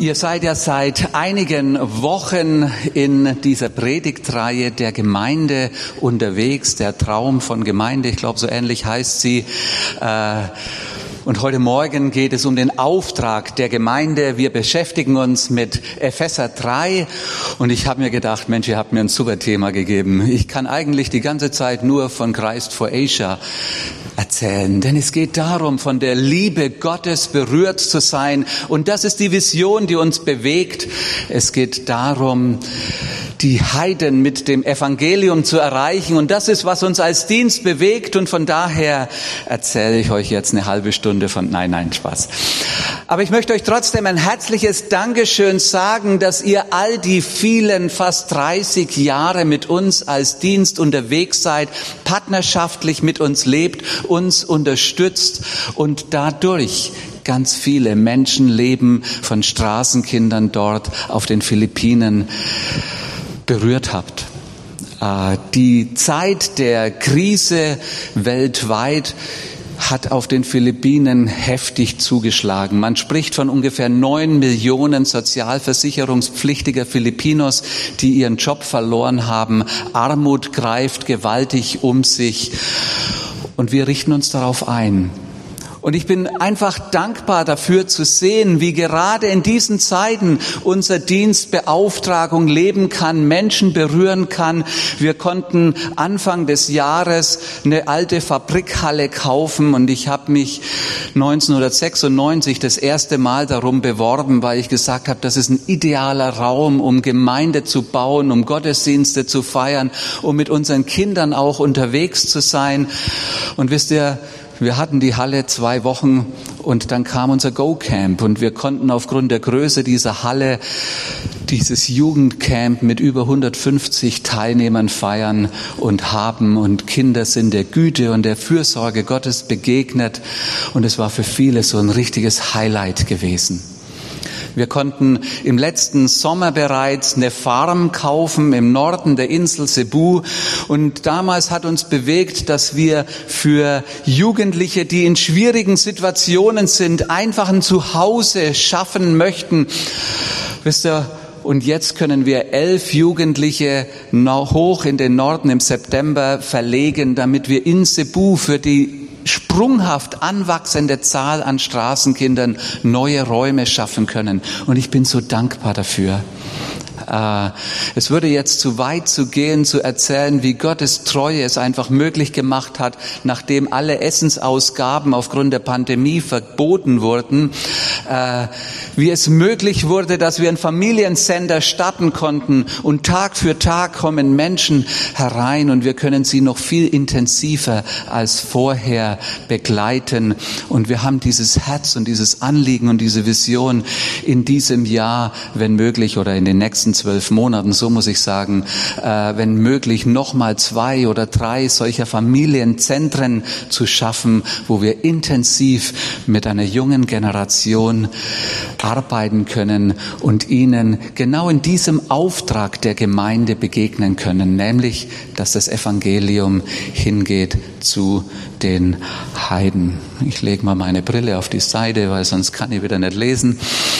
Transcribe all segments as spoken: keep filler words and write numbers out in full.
Ihr seid ja seit einigen Wochen in dieser Predigtreihe der Gemeinde unterwegs, der Traum von Gemeinde, ich glaube so ähnlich heißt sie. Und heute Morgen geht es um den Auftrag der Gemeinde. Wir beschäftigen uns mit Epheser drei und ich habe mir gedacht, Mensch, ihr habt mir ein super Thema gegeben. Ich kann eigentlich die ganze Zeit nur von Christ for Asia erzählen, denn es geht darum, von der Liebe Gottes berührt zu sein, und das ist die Vision, die uns bewegt. Es geht darum, die Heiden mit dem Evangelium zu erreichen, und das ist, was uns als Dienst bewegt, und von daher erzähle ich euch jetzt eine halbe Stunde von, nein, nein, Spaß. Aber ich möchte euch trotzdem ein herzliches Dankeschön sagen, dass ihr all die vielen, fast dreißig Jahre mit uns als Dienst unterwegs seid, partnerschaftlich mit uns lebt, uns unterstützt und dadurch ganz viele Menschenleben von Straßenkindern dort auf den Philippinen berührt habt. Die Zeit der Krise weltweit hat auf den Philippinen heftig zugeschlagen. Man spricht von ungefähr neun Millionen sozialversicherungspflichtiger Filipinos, die ihren Job verloren haben. Armut greift gewaltig um sich und wir richten uns darauf ein. Und ich bin einfach dankbar dafür zu sehen, wie gerade in diesen Zeiten unser Dienst Beauftragung leben kann, Menschen berühren kann. Wir konnten Anfang des Jahres eine alte Fabrikhalle kaufen und ich habe mich neunzehnhundertsechsundneunzig das erste Mal darum beworben, weil ich gesagt habe, das ist ein idealer Raum, um Gemeinde zu bauen, um Gottesdienste zu feiern, um mit unseren Kindern auch unterwegs zu sein. Und wisst ihr, wir hatten die Halle zwei Wochen und dann kam unser Go-Camp und wir konnten aufgrund der Größe dieser Halle dieses Jugendcamp mit über hundertfünfzig Teilnehmern feiern und haben, und Kinder sind der Güte und der Fürsorge Gottes begegnet, und es war für viele so ein richtiges Highlight gewesen. Wir konnten im letzten Sommer bereits eine Farm kaufen im Norden der Insel Cebu, und damals hat uns bewegt, dass wir für Jugendliche, die in schwierigen Situationen sind, einfach ein Zuhause schaffen möchten. Wisst ihr, und jetzt können wir elf Jugendliche hoch in den Norden im September verlegen, damit wir in Cebu für die sprunghaft anwachsende Zahl an Straßenkindern neue Räume schaffen können. Und ich bin so dankbar dafür. Es würde jetzt zu weit zu gehen, zu erzählen, wie Gottes Treue es einfach möglich gemacht hat, nachdem alle Essensausgaben aufgrund der Pandemie verboten wurden, wie es möglich wurde, dass wir ein Familiencenter starten konnten, und Tag für Tag kommen Menschen herein und wir können sie noch viel intensiver als vorher begleiten. Und wir haben dieses Herz und dieses Anliegen und diese Vision in diesem Jahr, wenn möglich, oder in den nächsten zwölf Monaten, so muss ich sagen, äh, wenn möglich, nochmal zwei oder drei solcher Familienzentren zu schaffen, wo wir intensiv mit einer jungen Generation arbeiten können und ihnen genau in diesem Auftrag der Gemeinde begegnen können, nämlich, dass das Evangelium hingeht zu den Heiden. Ich lege mal meine Brille auf die Seite, weil sonst kann ich wieder nicht lesen.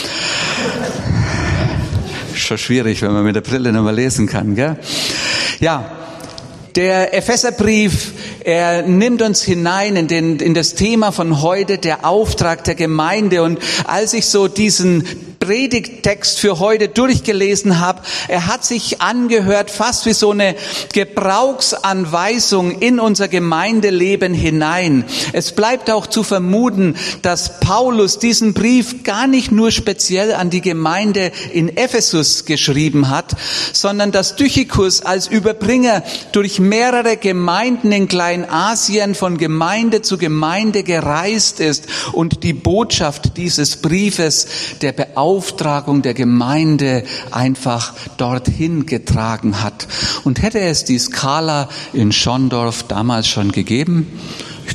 Schon schwierig, wenn man mit der Brille nicht mehr lesen kann, gell? Ja, der Epheserbrief, er nimmt uns hinein in, den, in das Thema von heute, der Auftrag der Gemeinde. Und als ich so diesen Predigttext für heute durchgelesen habe, er hat sich angehört fast wie so eine Gebrauchsanweisung in unser Gemeindeleben hinein. Es bleibt auch zu vermuten, dass Paulus diesen Brief gar nicht nur speziell an die Gemeinde in Ephesus geschrieben hat, sondern dass Tychicus als Überbringer durch mehrere Gemeinden in Kleinasien von Gemeinde zu Gemeinde gereist ist und die Botschaft dieses Briefes der Beauftragung Auftragung der Gemeinde einfach dorthin getragen hat. Und hätte es die Skala in Schondorf damals schon gegeben? Ich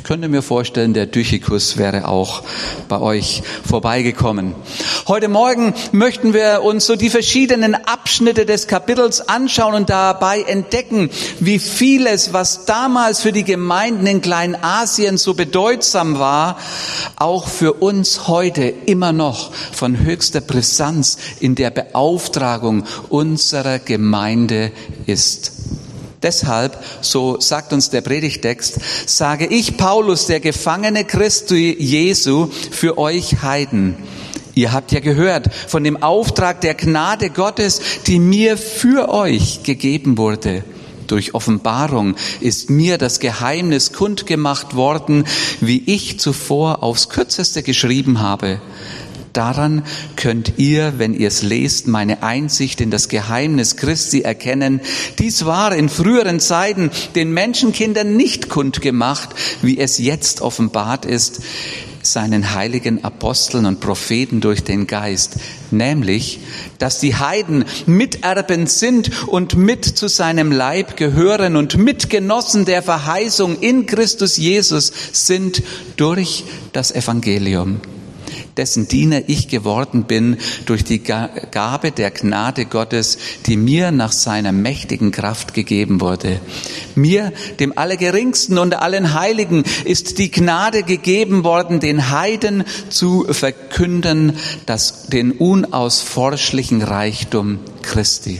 könnte mir vorstellen, der Tychikus wäre auch bei euch vorbeigekommen. Heute Morgen möchten wir uns so die verschiedenen Abschnitte des Kapitels anschauen und dabei entdecken, wie vieles, was damals für die Gemeinden in Kleinasien so bedeutsam war, auch für uns heute immer noch von höchster Brisanz in der Beauftragung unserer Gemeinde ist. Deshalb, so sagt uns der Predigtext, sage ich, Paulus, der Gefangene Christi Jesu, für euch Heiden. Ihr habt ja gehört von dem Auftrag der Gnade Gottes, die mir für euch gegeben wurde. Durch Offenbarung ist mir das Geheimnis kundgemacht worden, wie ich zuvor aufs Kürzeste geschrieben habe. Daran könnt ihr, wenn ihr es lest, meine Einsicht in das Geheimnis Christi erkennen. Dies war in früheren Zeiten den Menschenkindern nicht kundgemacht, wie es jetzt offenbart ist, seinen heiligen Aposteln und Propheten durch den Geist, nämlich, dass die Heiden Miterben sind und mit zu seinem Leib gehören und Mitgenossen der Verheißung in Christus Jesus sind durch das Evangelium, dessen Diener ich geworden bin durch die Gabe der Gnade Gottes, die mir nach seiner mächtigen Kraft gegeben wurde. Mir, dem Allergeringsten unter allen Heiligen, ist die Gnade gegeben worden, den Heiden zu verkünden, das, den unausforschlichen Reichtum Christi.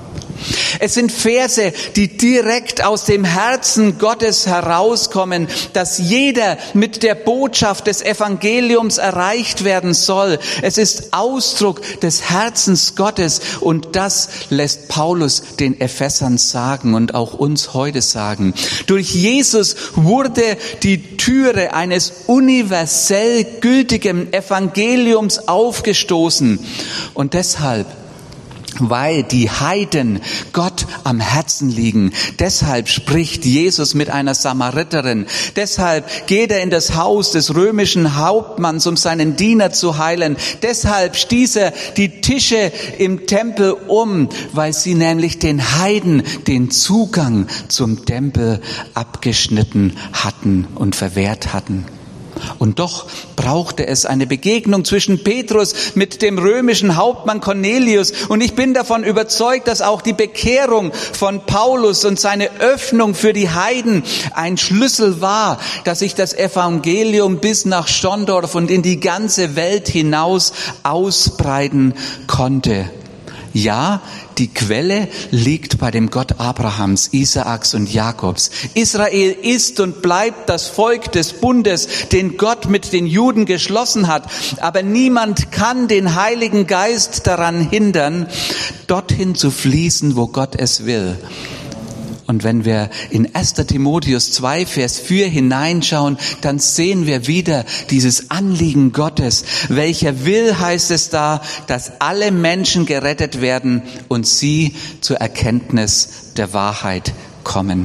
Es sind Verse, die direkt aus dem Herzen Gottes herauskommen, dass jeder mit der Botschaft des Evangeliums erreicht werden soll. Es ist Ausdruck des Herzens Gottes und das lässt Paulus den Ephesern sagen und auch uns heute sagen. Durch Jesus wurde die Türe eines universell gültigen Evangeliums aufgestoßen und deshalb, weil die Heiden Gott am Herzen liegen. Deshalb spricht Jesus mit einer Samariterin. Deshalb geht er in das Haus des römischen Hauptmanns, um seinen Diener zu heilen. Deshalb stieß er die Tische im Tempel um, weil sie nämlich den Heiden den Zugang zum Tempel abgeschnitten hatten und verwehrt hatten. Und doch brauchte es eine Begegnung zwischen Petrus mit dem römischen Hauptmann Cornelius. Und ich bin davon überzeugt, dass auch die Bekehrung von Paulus und seine Öffnung für die Heiden ein Schlüssel war, dass sich das Evangelium bis nach Stondorf und in die ganze Welt hinaus ausbreiten konnte. Ja, die Quelle liegt bei dem Gott Abrahams, Isaaks und Jakobs. Israel ist und bleibt das Volk des Bundes, den Gott mit den Juden geschlossen hat. Aber niemand kann den Heiligen Geist daran hindern, dorthin zu fließen, wo Gott es will. Und wenn wir in erster Timotheus zwei, Vers vier hineinschauen, dann sehen wir wieder dieses Anliegen Gottes. Welcher will, heißt es da, dass alle Menschen gerettet werden und sie zur Erkenntnis der Wahrheit kommen.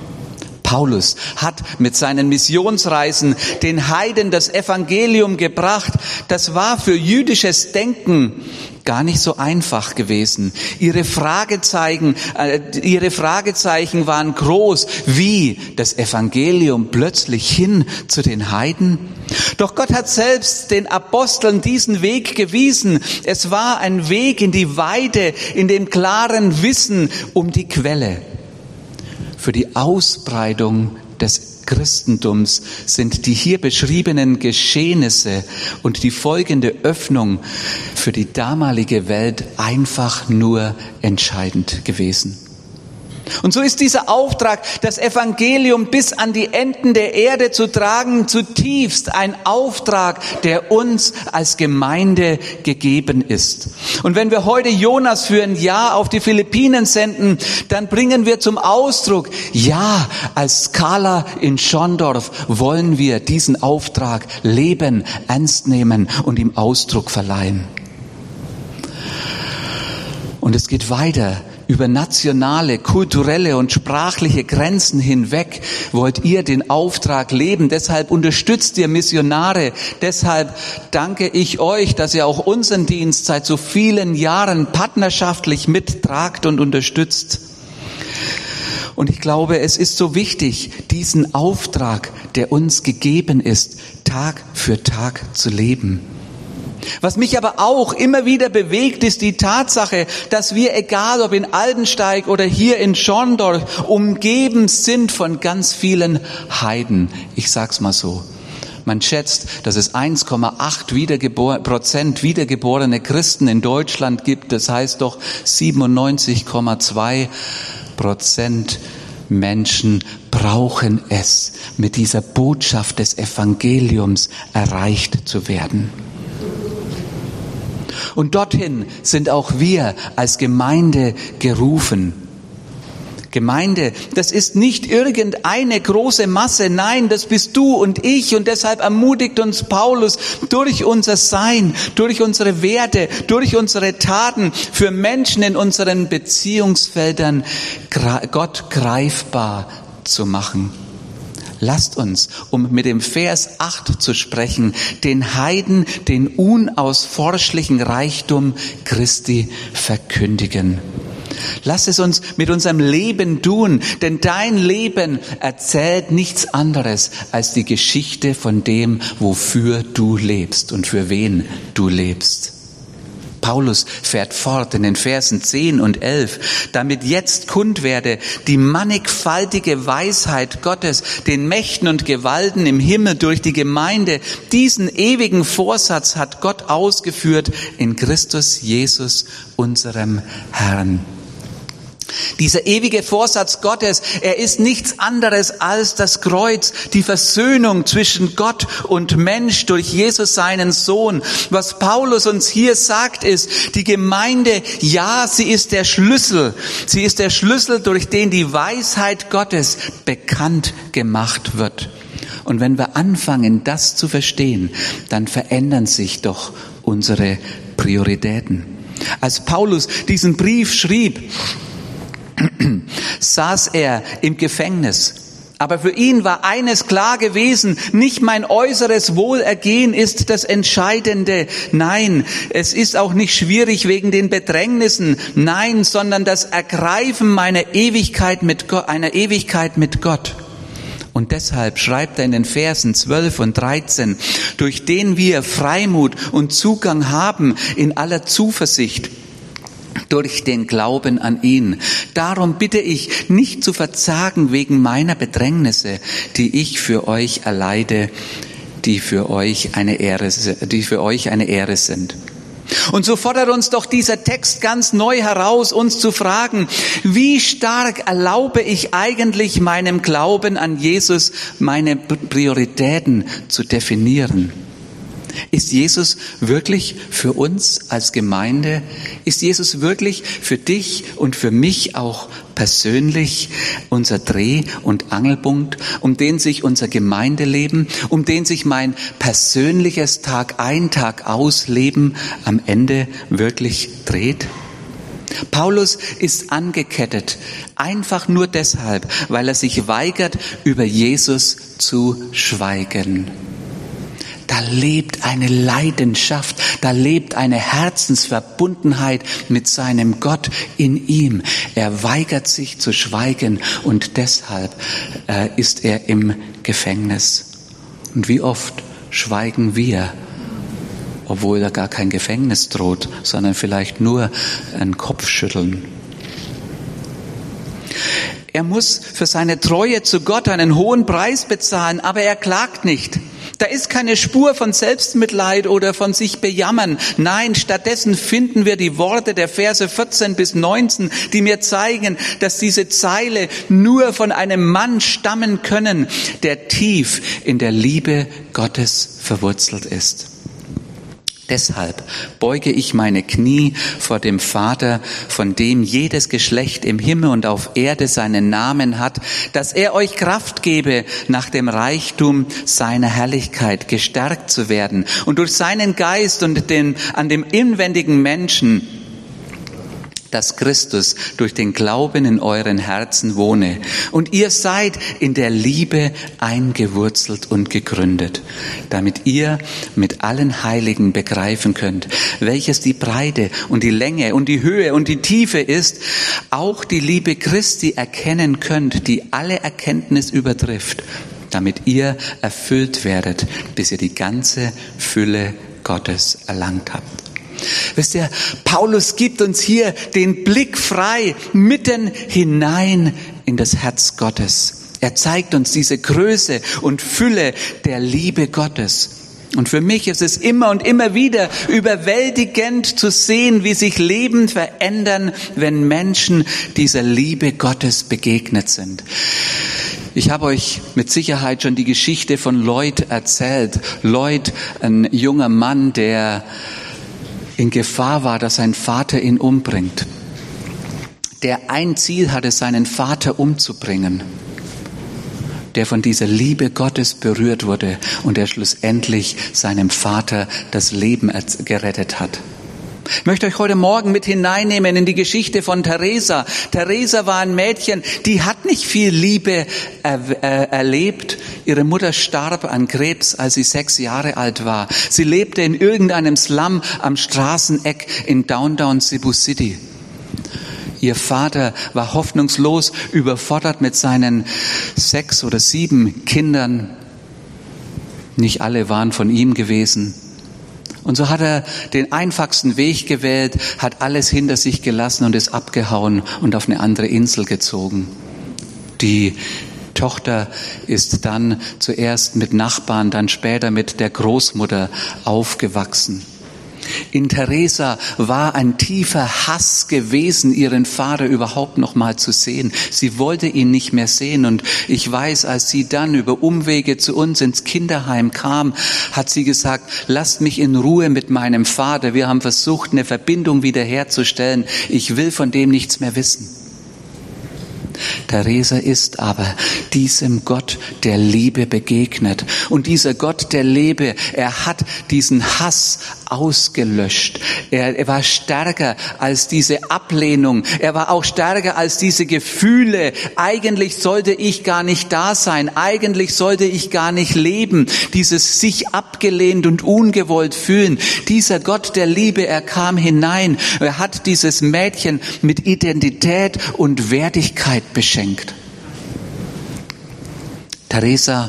Paulus hat mit seinen Missionsreisen den Heiden das Evangelium gebracht. Das war für jüdisches Denken gar nicht so einfach gewesen. Ihre Fragezeichen, äh, ihre Fragezeichen waren groß. Wie das Evangelium plötzlich hin zu den Heiden? Doch Gott hat selbst den Aposteln diesen Weg gewiesen. Es war ein Weg in die Weite, in dem klaren Wissen um die Quelle. Für die Ausbreitung des Christentums sind die hier beschriebenen Geschehnisse und die folgende Öffnung für die damalige Welt einfach nur entscheidend gewesen. Und so ist dieser Auftrag, das Evangelium bis an die Enden der Erde zu tragen, zutiefst ein Auftrag, der uns als Gemeinde gegeben ist. Und wenn wir heute Jonas für ein Jahr auf die Philippinen senden, dann bringen wir zum Ausdruck, ja, als Skala in Schondorf wollen wir diesen Auftrag leben, ernst nehmen und ihm Ausdruck verleihen. Und es geht weiter. Über nationale, kulturelle und sprachliche Grenzen hinweg wollt ihr den Auftrag leben. Deshalb unterstützt ihr Missionare. Deshalb danke ich euch, dass ihr auch unseren Dienst seit so vielen Jahren partnerschaftlich mittragt und unterstützt. Und ich glaube, es ist so wichtig, diesen Auftrag der uns gegeben ist, Tag für Tag zu leben. Was mich aber auch immer wieder bewegt, ist die Tatsache, dass wir, egal ob in Aldensteig oder hier in Schorndorf, umgeben sind von ganz vielen Heiden. Ich sag's mal so. Man schätzt, dass es eins Komma acht Prozent wiedergeborene Christen in Deutschland gibt. Das heißt doch siebenundneunzig Komma zwei Prozent Menschen brauchen es, mit dieser Botschaft des Evangeliums erreicht zu werden. Und dorthin sind auch wir als Gemeinde gerufen. Gemeinde, das ist nicht irgendeine große Masse, nein, das bist du und ich, und deshalb ermutigt uns Paulus, durch unser Sein, durch unsere Werte, durch unsere Taten für Menschen in unseren Beziehungsfeldern Gott greifbar zu machen. Lasst uns, um mit dem Vers acht zu sprechen, den Heiden den unausforschlichen Reichtum Christi verkündigen. Lass es uns mit unserem Leben tun, denn dein Leben erzählt nichts anderes als die Geschichte von dem, wofür du lebst und für wen du lebst. Paulus fährt fort in den Versen zehn und elf, damit jetzt kund werde die mannigfaltige Weisheit Gottes, den Mächten und Gewalten im Himmel durch die Gemeinde. Diesen ewigen Vorsatz hat Gott ausgeführt in Christus Jesus, unserem Herrn. Dieser ewige Vorsatz Gottes, er ist nichts anderes als das Kreuz, die Versöhnung zwischen Gott und Mensch durch Jesus, seinen Sohn. Was Paulus uns hier sagt, ist, die Gemeinde, ja, sie ist der Schlüssel. Sie ist der Schlüssel, durch den die Weisheit Gottes bekannt gemacht wird. Und wenn wir anfangen, das zu verstehen, dann verändern sich doch unsere Prioritäten. Als Paulus diesen Brief schrieb, saß er im Gefängnis. Aber für ihn war eines klar gewesen, nicht mein äußeres Wohlergehen ist das Entscheidende. Nein, es ist auch nicht schwierig wegen den Bedrängnissen. Nein, sondern das Ergreifen meiner Ewigkeit mit Gott, einer Ewigkeit mit Gott. Und deshalb schreibt er in den Versen zwölf und dreizehn, durch den wir Freimut und Zugang haben in aller Zuversicht, durch den Glauben an ihn. Darum bitte ich, nicht zu verzagen wegen meiner Bedrängnisse, die ich für euch erleide, die für euch eine Ehre, die für euch eine Ehre sind. Und so fordert uns doch dieser Text ganz neu heraus, uns zu fragen, wie stark erlaube ich eigentlich meinem Glauben an Jesus, meine Prioritäten zu definieren? Ist Jesus wirklich für uns als Gemeinde? Ist Jesus wirklich für dich und für mich auch persönlich unser Dreh- und Angelpunkt, um den sich unser Gemeindeleben, um den sich mein persönliches Tag ein, Tag aus Leben am Ende wirklich dreht? Paulus ist angekettet, einfach nur deshalb, weil er sich weigert, über Jesus zu schweigen. Da lebt eine Leidenschaft, da lebt eine Herzensverbundenheit mit seinem Gott in ihm. Er weigert sich zu schweigen und deshalb äh, ist er im Gefängnis. Und wie oft schweigen wir, obwohl da gar kein Gefängnis droht, sondern vielleicht nur ein Kopfschütteln. Er muss für seine Treue zu Gott einen hohen Preis bezahlen, aber er klagt nicht. Da ist keine Spur von Selbstmitleid oder von sich bejammern. Nein, stattdessen finden wir die Worte der Verse vierzehn bis neunzehn, die mir zeigen, dass diese Zeile nur von einem Mann stammen können, der tief in der Liebe Gottes verwurzelt ist. Deshalb beuge ich meine Knie vor dem Vater, von dem jedes Geschlecht im Himmel und auf Erde seinen Namen hat, dass er euch Kraft gebe, nach dem Reichtum seiner Herrlichkeit gestärkt zu werden und durch seinen Geist und den, an dem inwendigen Menschen, dass Christus durch den Glauben in euren Herzen wohne. Und ihr seid in der Liebe eingewurzelt und gegründet, damit ihr mit allen Heiligen begreifen könnt, welches die Breite und die Länge und die Höhe und die Tiefe ist, auch die Liebe Christi erkennen könnt, die alle Erkenntnis übertrifft, damit ihr erfüllt werdet, bis ihr die ganze Fülle Gottes erlangt habt. Wisst ihr, Paulus gibt uns hier den Blick frei mitten hinein in das Herz Gottes. Er zeigt uns diese Größe und Fülle der Liebe Gottes. Und für mich ist es immer und immer wieder überwältigend zu sehen, wie sich Leben verändern, wenn Menschen dieser Liebe Gottes begegnet sind. Ich habe euch mit Sicherheit schon die Geschichte von Lloyd erzählt. Lloyd, ein junger Mann, der in Gefahr war, dass sein Vater ihn umbringt. Der ein Ziel hatte, seinen Vater umzubringen. Der von dieser Liebe Gottes berührt wurde und der schlussendlich seinem Vater das Leben gerettet hat. Ich möchte euch heute Morgen mit hineinnehmen in die Geschichte von Teresa. Teresa war ein Mädchen, die hat nicht viel Liebe er, er, erlebt. Ihre Mutter starb an Krebs, als sie sechs Jahre alt war. Sie lebte in irgendeinem Slum am Straßeneck in Downtown Cebu City. Ihr Vater war hoffnungslos überfordert mit seinen sechs oder sieben Kindern. Nicht alle waren von ihm gewesen. Und so hat er den einfachsten Weg gewählt, hat alles hinter sich gelassen und ist abgehauen und auf eine andere Insel gezogen. Die Tochter ist dann zuerst mit Nachbarn, dann später mit der Großmutter aufgewachsen. In Teresa war ein tiefer Hass gewesen, ihren Vater überhaupt noch mal zu sehen. Sie wollte ihn nicht mehr sehen. Und ich weiß, als sie dann über Umwege zu uns ins Kinderheim kam, hat sie gesagt, lasst mich in Ruhe mit meinem Vater. Wir haben versucht, eine Verbindung wiederherzustellen. Ich will von dem nichts mehr wissen. Teresa ist aber diesem Gott der Liebe begegnet. Und dieser Gott der Liebe, er hat diesen Hass ausgelöscht. Er, er war stärker als diese Ablehnung. Er war auch stärker als diese Gefühle. Eigentlich sollte ich gar nicht da sein. Eigentlich sollte ich gar nicht leben. Dieses sich abgelehnt und ungewollt fühlen. Dieser Gott der Liebe, er kam hinein. Er hat dieses Mädchen mit Identität und Wertigkeit beschenkt. Teresa,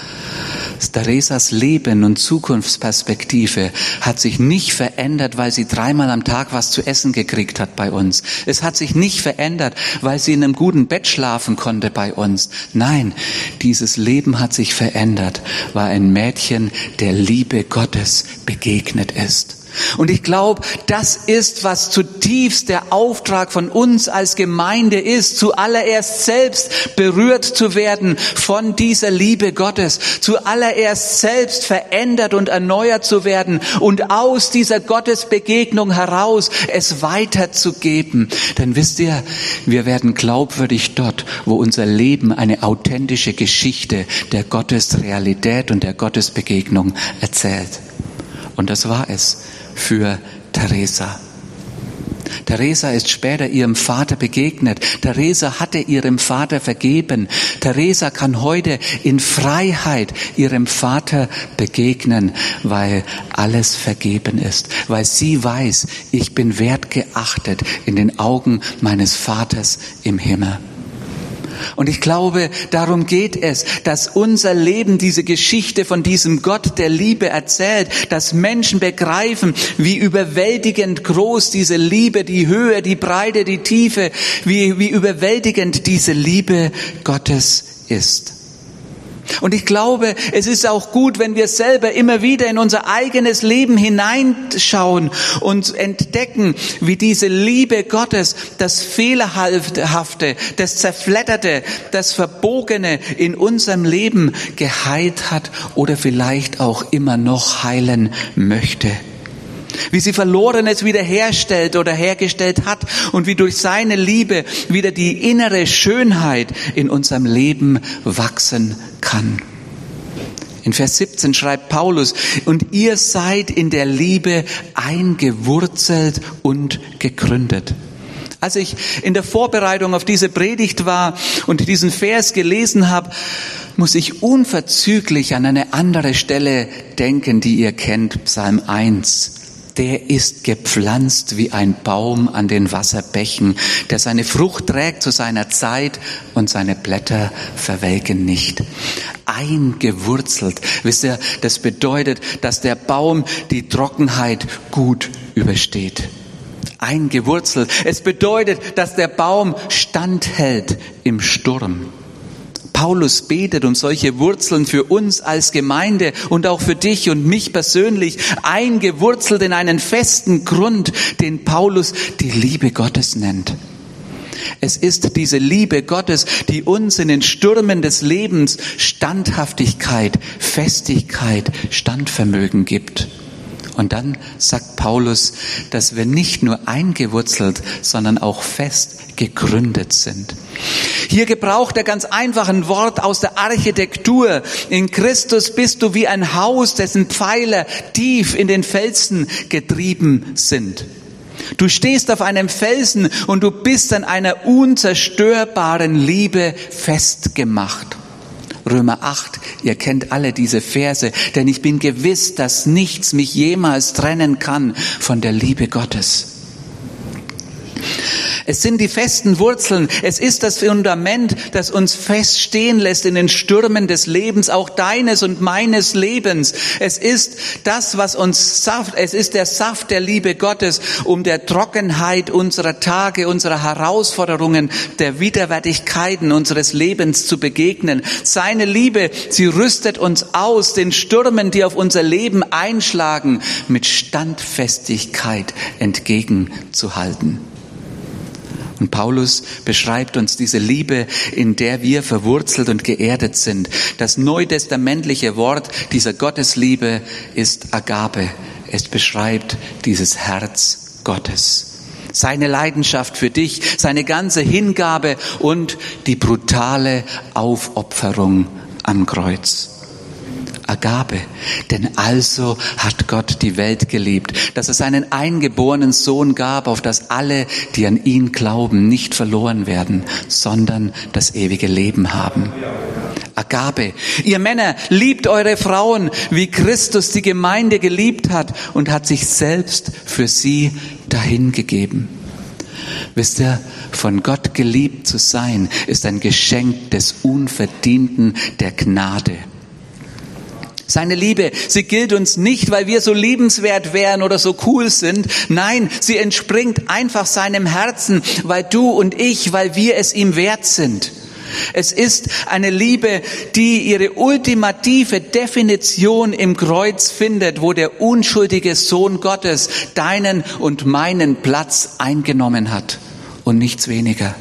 Teresas Leben und Zukunftsperspektive hat sich nicht verändert, weil sie dreimal am Tag was zu essen gekriegt hat bei uns. Es hat sich nicht verändert, weil sie in einem guten Bett schlafen konnte bei uns. Nein, dieses Leben hat sich verändert, weil ein Mädchen der Liebe Gottes begegnet ist. Und ich glaube, das ist, was zutiefst der Auftrag von uns als Gemeinde ist, zuallererst selbst berührt zu werden von dieser Liebe Gottes, zuallererst selbst verändert und erneuert zu werden und aus dieser Gottesbegegnung heraus es weiterzugeben. Denn wisst ihr, wir werden glaubwürdig dort, wo unser Leben eine authentische Geschichte der Gottesrealität und der Gottesbegegnung erzählt. Und das war es für Teresa. Teresa ist später ihrem Vater begegnet. Teresa hatte ihrem Vater vergeben. Teresa kann heute in Freiheit ihrem Vater begegnen, weil alles vergeben ist. Weil sie weiß, ich bin wertgeachtet in den Augen meines Vaters im Himmel. Und ich glaube, darum geht es, dass unser Leben diese Geschichte von diesem Gott der Liebe erzählt, dass Menschen begreifen, wie überwältigend groß diese Liebe, die Höhe, die Breite, die Tiefe, wie, wie überwältigend diese Liebe Gottes ist. Und ich glaube, es ist auch gut, wenn wir selber immer wieder in unser eigenes Leben hineinschauen und entdecken, wie diese Liebe Gottes das Fehlerhafte, das Zerfledderte, das Verbogene in unserem Leben geheilt hat oder vielleicht auch immer noch heilen möchte. Wie sie Verlorenes wiederherstellt oder hergestellt hat und wie durch seine Liebe wieder die innere Schönheit in unserem Leben wachsen kann. In Vers siebzehn schreibt Paulus, und ihr seid in der Liebe eingewurzelt und gegründet. Als ich in der Vorbereitung auf diese Predigt war und diesen Vers gelesen habe, muss ich unverzüglich an eine andere Stelle denken, die ihr kennt, Psalm eins. Der ist gepflanzt wie ein Baum an den Wasserbächen, der seine Frucht trägt zu seiner Zeit und seine Blätter verwelken nicht. eingewurzelt. Wisst ihr, das bedeutet, dass der Baum die Trockenheit gut übersteht. Eingewurzelt. Es bedeutet, dass der Baum standhält im Sturm. Paulus betet um solche Wurzeln für uns als Gemeinde und auch für dich und mich persönlich, eingewurzelt in einen festen Grund, den Paulus die Liebe Gottes nennt. Es ist diese Liebe Gottes, die uns in den Stürmen des Lebens Standhaftigkeit, Festigkeit, Standvermögen gibt. Und dann sagt Paulus, dass wir nicht nur eingewurzelt, sondern auch fest gegründet sind. Hier gebraucht er ganz einfach ein Wort aus der Architektur. In Christus bist du wie ein Haus, dessen Pfeiler tief in den Felsen getrieben sind. Du stehst auf einem Felsen und du bist an einer unzerstörbaren Liebe festgemacht. Römer acht, ihr kennt alle diese Verse, denn ich bin gewiss, dass nichts mich jemals trennen kann von der Liebe Gottes. Es sind die festen Wurzeln, es ist das Fundament, das uns feststehen lässt in den Stürmen des Lebens, auch deines und meines Lebens. Es ist das, was uns Saft, es ist der Saft der Liebe Gottes, um der Trockenheit unserer Tage, unserer Herausforderungen, der Widerwärtigkeiten unseres Lebens zu begegnen. Seine Liebe, sie rüstet uns aus, den Stürmen, die auf unser Leben einschlagen, mit Standfestigkeit entgegenzuhalten. Und Paulus beschreibt uns diese Liebe, in der wir verwurzelt und geerdet sind. Das neutestamentliche Wort dieser Gottesliebe ist Agape. Es beschreibt dieses Herz Gottes. Seine Leidenschaft für dich, seine ganze Hingabe und die brutale Aufopferung am Kreuz. Agape. Denn also hat Gott die Welt geliebt, dass es seinen eingeborenen Sohn gab, auf dass alle, die an ihn glauben, nicht verloren werden, sondern das ewige Leben haben. Agape. Ihr Männer, liebt eure Frauen, wie Christus die Gemeinde geliebt hat und hat sich selbst für sie dahingegeben. Wisst ihr, von Gott geliebt zu sein, ist ein Geschenk des Unverdienten, der Gnade. Seine Liebe, sie gilt uns nicht, weil wir so liebenswert wären oder so cool sind. Nein, sie entspringt einfach seinem Herzen, weil du und ich, weil wir es ihm wert sind. Es ist eine Liebe, die ihre ultimative Definition im Kreuz findet, wo der unschuldige Sohn Gottes deinen und meinen Platz eingenommen hat und nichts weniger.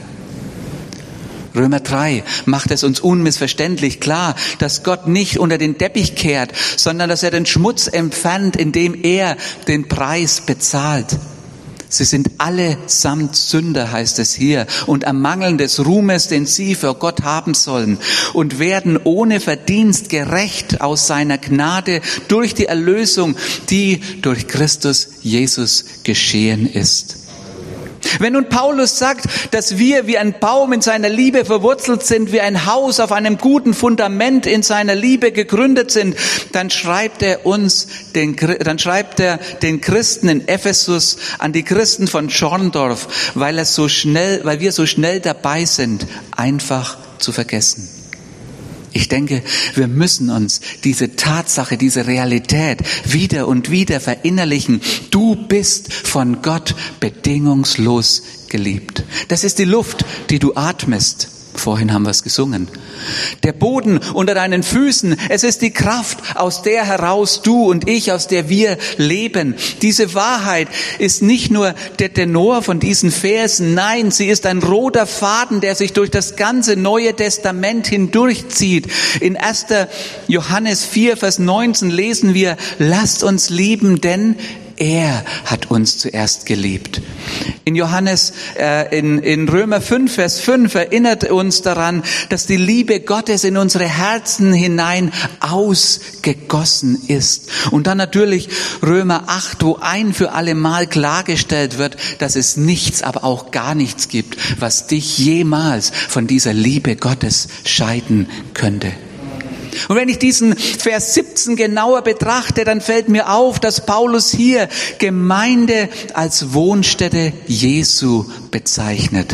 Römer drei macht es uns unmissverständlich klar, dass Gott nicht unter den Teppich kehrt, sondern dass er den Schmutz entfernt, indem er den Preis bezahlt. Sie sind allesamt Sünder, heißt es hier, und am Mangel des Ruhmes, den sie für Gott haben sollen, und werden ohne Verdienst gerecht aus seiner Gnade durch die Erlösung, die durch Christus Jesus geschehen ist. Wenn nun Paulus sagt, dass wir wie ein Baum in seiner Liebe verwurzelt sind, wie ein Haus auf einem guten Fundament in seiner Liebe gegründet sind, dann schreibt er uns, den, dann schreibt er den Christen in Ephesus an die Christen von Schorndorf, weil er so schnell, weil wir so schnell dabei sind, einfach zu vergessen. Ich denke, wir müssen uns diese Tatsache, diese Realität wieder und wieder verinnerlichen. Du bist von Gott bedingungslos geliebt. Das ist die Luft, die du atmest. Vorhin haben wir es gesungen. Der Boden unter deinen Füßen, es ist die Kraft, aus der heraus du und ich, aus der wir leben. Diese Wahrheit ist nicht nur der Tenor von diesen Versen, nein, sie ist ein roter Faden, der sich durch das ganze Neue Testament hindurchzieht. In erster Johannes vier, Vers neunzehn lesen wir, lasst uns lieben, denn er hat uns zuerst geliebt. In Johannes, äh, in, in Römer fünf, Vers fünf erinnert uns daran, dass die Liebe Gottes in unsere Herzen hinein ausgegossen ist. Und dann natürlich Römer acht, wo ein für alle Mal klargestellt wird, dass es nichts, aber auch gar nichts gibt, was dich jemals von dieser Liebe Gottes scheiden könnte. Und wenn ich diesen Vers siebzehn genauer betrachte, dann fällt mir auf, dass Paulus hier Gemeinde als Wohnstätte Jesu bezeichnet.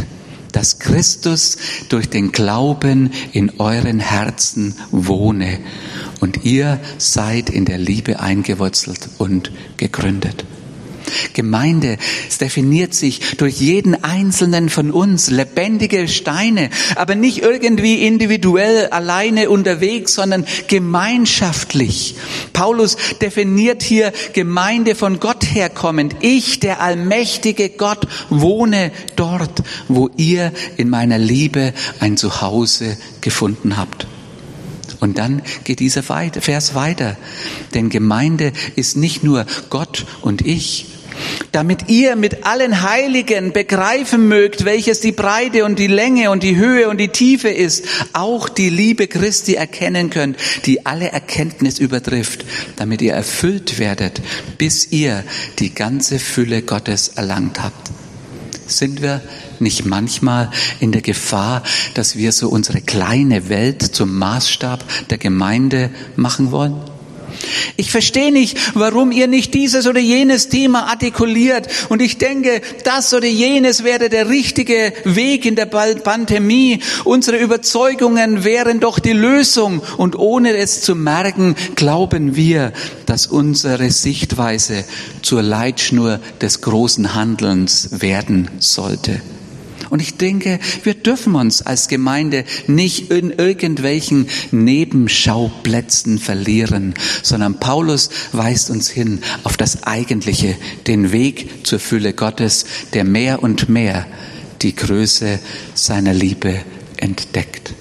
dass Christus durch den Glauben in euren Herzen wohne und ihr seid in der Liebe eingewurzelt und gegründet. Gemeinde, es definiert sich durch jeden einzelnen von uns, lebendige Steine, aber nicht irgendwie individuell alleine unterwegs, sondern gemeinschaftlich. Paulus definiert hier Gemeinde von Gott herkommend. Ich, der allmächtige Gott, wohne dort, wo ihr in meiner Liebe ein Zuhause gefunden habt. Und dann geht dieser Vers weiter. Denn Gemeinde ist nicht nur Gott und ich. Damit ihr mit allen Heiligen begreifen mögt, welches die Breite und die Länge und die Höhe und die Tiefe ist, auch die Liebe Christi erkennen könnt, die alle Erkenntnis übertrifft, damit ihr erfüllt werdet, bis ihr die ganze Fülle Gottes erlangt habt. Sind wir nicht manchmal in der Gefahr, dass wir so unsere kleine Welt zum Maßstab der Gemeinde machen wollen? Ich verstehe nicht, warum ihr nicht dieses oder jenes Thema artikuliert. Und ich denke, das oder jenes wäre der richtige Weg in der Pandemie. Unsere Überzeugungen wären doch die Lösung. Und ohne es zu merken, glauben wir, dass unsere Sichtweise zur Leitschnur des großen Handelns werden sollte. Und ich denke, wir dürfen uns als Gemeinde nicht in irgendwelchen Nebenschauplätzen verlieren, sondern Paulus weist uns hin auf das Eigentliche, den Weg zur Fülle Gottes, der mehr und mehr die Größe seiner Liebe entdeckt.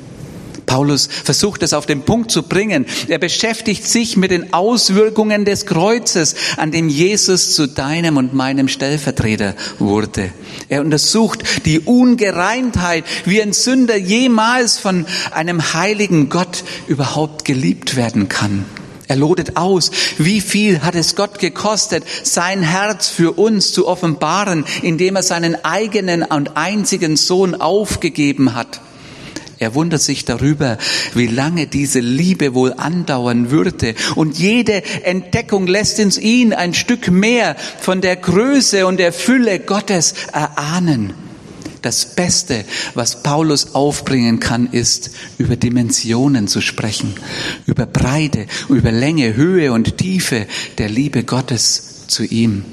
Paulus versucht es auf den Punkt zu bringen. Er beschäftigt sich mit den Auswirkungen des Kreuzes, an dem Jesus zu deinem und meinem Stellvertreter wurde. Er untersucht die Ungereimtheit, wie ein Sünder jemals von einem heiligen Gott überhaupt geliebt werden kann. Er lotet aus, wie viel hat es Gott gekostet, sein Herz für uns zu offenbaren, indem er seinen eigenen und einzigen Sohn aufgegeben hat. Er wundert sich darüber, wie lange diese Liebe wohl andauern würde. Und jede Entdeckung lässt uns ihn ein Stück mehr von der Größe und der Fülle Gottes erahnen. Das Beste, was Paulus aufbringen kann, ist, über Dimensionen zu sprechen, über Breite, über Länge, Höhe und Tiefe der Liebe Gottes zu ihm.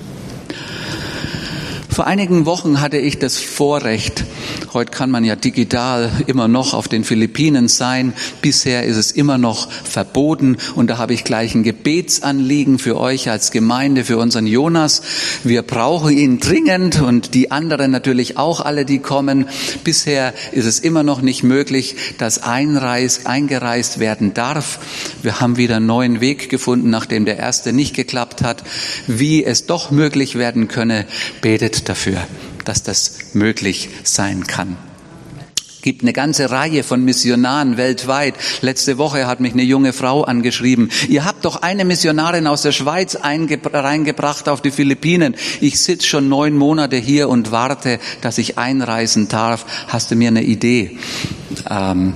Vor einigen Wochen hatte ich das Vorrecht, heute kann man ja digital immer noch auf den Philippinen sein, bisher ist es immer noch verboten und da habe ich gleich ein Gebetsanliegen für euch als Gemeinde, für unseren Jonas. Wir brauchen ihn dringend und die anderen natürlich auch, alle die kommen. Bisher ist es immer noch nicht möglich, dass einreis, eingereist werden darf. Wir haben wieder einen neuen Weg gefunden, nachdem der erste nicht geklappt hat, wie es doch möglich werden könne. Betet dafür, dass das möglich sein kann. Es gibt eine ganze Reihe von Missionaren weltweit. Letzte Woche hat mich eine junge Frau angeschrieben. Ihr habt doch eine Missionarin aus der Schweiz einge- reingebracht auf die Philippinen. Ich sitze schon neun Monate hier und warte, dass ich einreisen darf. Hast du mir eine Idee? Ähm,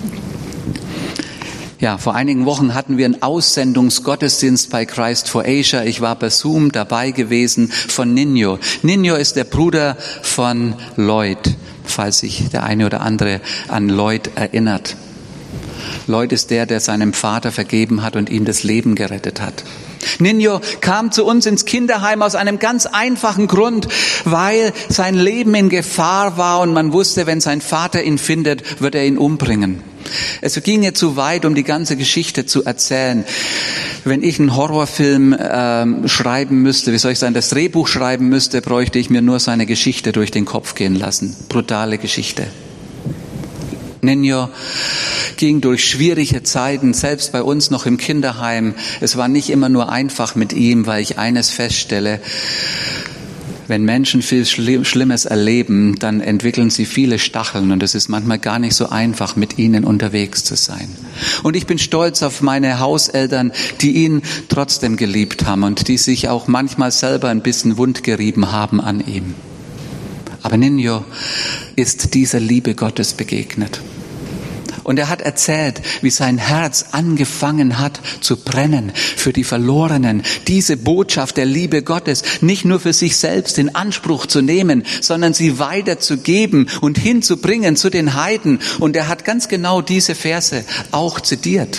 Ja, vor einigen Wochen hatten wir einen Aussendungsgottesdienst bei Christ for Asia. Ich war per Zoom dabei gewesen von Ninjo. Ninjo ist der Bruder von Lloyd, falls sich der eine oder andere an Lloyd erinnert. Lloyd ist der, der seinem Vater vergeben hat und ihm das Leben gerettet hat. Ninjo kam zu uns ins Kinderheim aus einem ganz einfachen Grund, weil sein Leben in Gefahr war und man wusste, wenn sein Vater ihn findet, wird er ihn umbringen. Es ginge zu weit, um die ganze Geschichte zu erzählen. Wenn ich einen Horrorfilm ähm, schreiben müsste, wie soll ich sagen, das Drehbuch schreiben müsste, bräuchte ich mir nur seine Geschichte durch den Kopf gehen lassen. Brutale Geschichte. Ninjo ging durch schwierige Zeiten, selbst bei uns noch im Kinderheim. Es war nicht immer nur einfach mit ihm, weil ich eines feststelle: Wenn Menschen viel Schlimmes erleben, dann entwickeln sie viele Stacheln und es ist manchmal gar nicht so einfach, mit ihnen unterwegs zu sein. Und ich bin stolz auf meine Hauseltern, die ihn trotzdem geliebt haben und die sich auch manchmal selber ein bisschen wundgerieben haben an ihm. Aber Ninjo ist dieser Liebe Gottes begegnet. Und er hat erzählt, wie sein Herz angefangen hat zu brennen für die Verlorenen. Diese Botschaft der Liebe Gottes nicht nur für sich selbst in Anspruch zu nehmen, sondern sie weiterzugeben und hinzubringen zu den Heiden. Und er hat ganz genau diese Verse auch zitiert.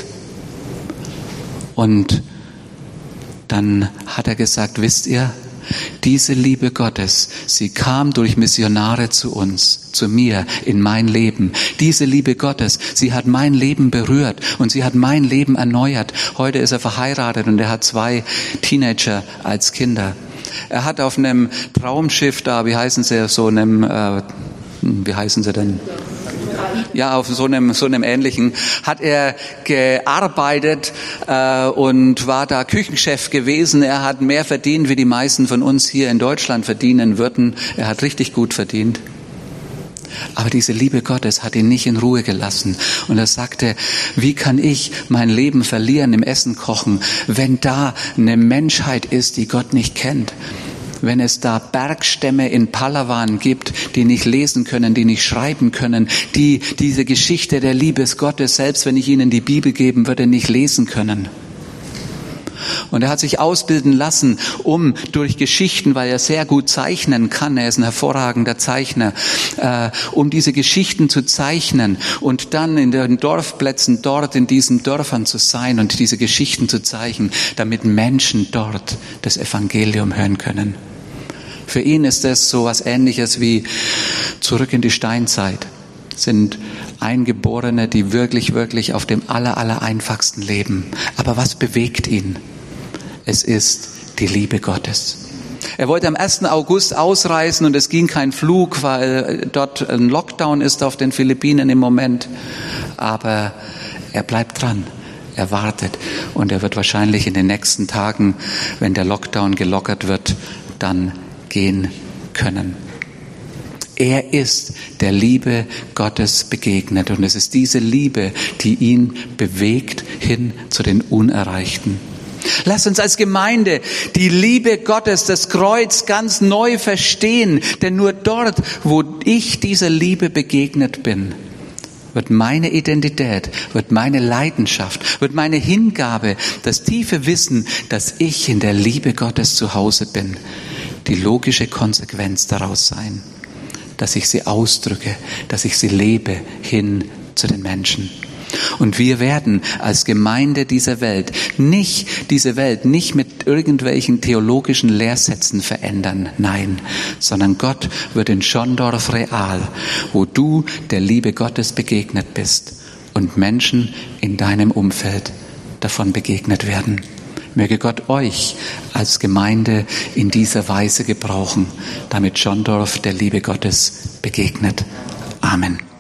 Und dann hat er gesagt, wisst ihr, diese Liebe Gottes, sie kam durch Missionare zu uns, zu mir, in mein Leben. Diese Liebe Gottes, sie hat mein Leben berührt und sie hat mein Leben erneuert. Heute ist er verheiratet und er hat zwei Teenager als Kinder. Er hat auf einem Traumschiff da, wie heißen sie, so einem, äh, wie heißen sie denn? Ja, auf so einem, so einem ähnlichen, hat er gearbeitet äh, und war da Küchenchef gewesen. Er hat mehr verdient, wie die meisten von uns hier in Deutschland verdienen würden. Er hat richtig gut verdient. Aber diese Liebe Gottes hat ihn nicht in Ruhe gelassen. Und er sagte, wie kann ich mein Leben verlieren im Essen kochen, wenn da eine Menschheit ist, die Gott nicht kennt? Wenn es da Bergstämme in Palawan gibt, die nicht lesen können, die nicht schreiben können, die diese Geschichte der Liebe Gottes, selbst wenn ich ihnen die Bibel geben würde, nicht lesen können. Und er hat sich ausbilden lassen, um durch Geschichten, weil er sehr gut zeichnen kann, er ist ein hervorragender Zeichner, äh, um diese Geschichten zu zeichnen und dann in den Dorfplätzen dort in diesen Dörfern zu sein und diese Geschichten zu zeichnen, damit Menschen dort das Evangelium hören können. Für ihn ist das so was Ähnliches wie zurück in die Steinzeit. Sind Eingeborene, die wirklich, wirklich auf dem aller, aller einfachsten leben. Aber was bewegt ihn? Es ist die Liebe Gottes. Er wollte am ersten August ausreisen und es ging kein Flug, weil dort ein Lockdown ist auf den Philippinen im Moment. Aber er bleibt dran. Er wartet und er wird wahrscheinlich in den nächsten Tagen, wenn der Lockdown gelockert wird, dann gehen können. Er ist der Liebe Gottes begegnet und es ist diese Liebe, die ihn bewegt hin zu den Unerreichten. Lass uns als Gemeinde die Liebe Gottes, das Kreuz ganz neu verstehen, denn nur dort, wo ich dieser Liebe begegnet bin, wird meine Identität, wird meine Leidenschaft, wird meine Hingabe, das tiefe Wissen, dass ich in der Liebe Gottes zu Hause bin, die logische Konsequenz daraus sein, dass ich sie ausdrücke, dass ich sie lebe hin zu den Menschen. Und wir werden als Gemeinde dieser Welt nicht, diese Welt nicht mit irgendwelchen theologischen Lehrsätzen verändern, nein, sondern Gott wird in Schondorf real, wo du der Liebe Gottes begegnet bist und Menschen in deinem Umfeld davon begegnet werden. Möge Gott euch als Gemeinde in dieser Weise gebrauchen, damit Schondorf der Liebe Gottes begegnet. Amen.